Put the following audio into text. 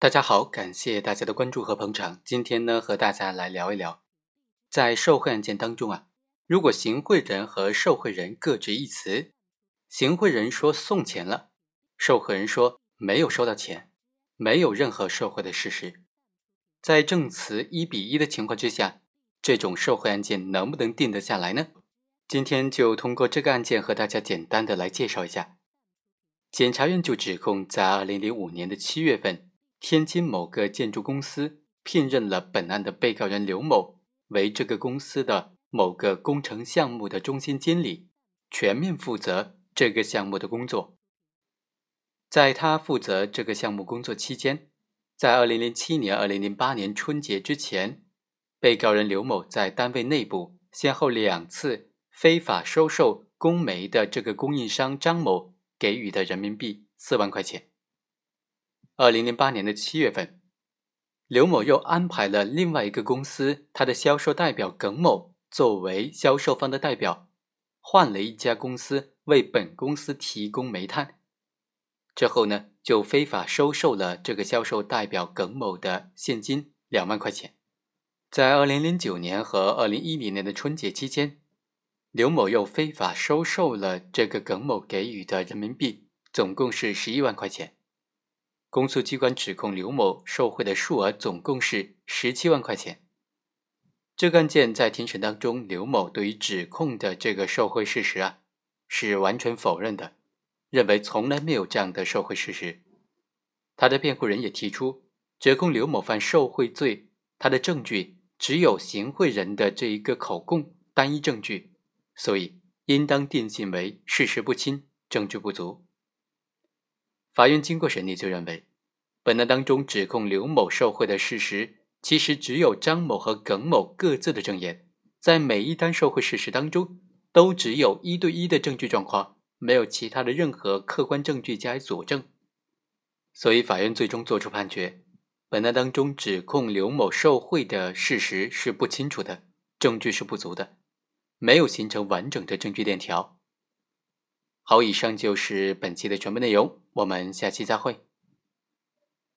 大家好，感谢大家的关注和捧场。今天呢，和大家来聊一聊，在受贿案件当中如果行贿人和受贿人各执一词，行贿人说送钱了，受贿人说没有收到钱，没有任何受贿的事实，在证词1:1的情况之下，这种受贿案件能不能定得下来呢？今天就通过这个案件和大家简单的来介绍一下。检察院就指控在2005年的7月份，天津某个建筑公司聘任了本案的被告人刘某为这个公司的某个工程项目的中心经理，全面负责这个项目的工作。在他负责这个项目工作期间，在2007年、2008年春节之前，被告人刘某在单位内部先后2次非法收受工煤的这个供应商张某给予的人民币4万块钱。2008年的7月份，刘某又安排了另外一个公司他的销售代表耿某作为销售方的代表，换了一家公司为本公司提供煤炭。之后呢，就非法收受了这个销售代表耿某的现金2万块钱。在2009年和2010年的春节期间，刘某又非法收受了这个耿某给予的人民币，总共是11万块钱。公诉机关指控刘某受贿的数额总共是17万块钱。这个案件在庭审当中，刘某对于指控的这个受贿事实是完全否认的，认为从来没有这样的受贿事实。他的辩护人也提出，指控刘某犯受贿罪，他的证据只有行贿人的这一个口供，单一证据，所以应当定性为事实不清，证据不足。法院经过审理就认为，本案当中指控刘某受贿的事实，其实只有张某和耿某各自的证言，在每一单受贿事实当中，都只有1对1的证据状况，没有其他的任何客观证据加以佐证。所以法院最终作出判决，本案当中指控刘某受贿的事实是不清楚的，证据是不足的，没有形成完整的证据链条。好，以上就是本期的全部内容，我们下期再会。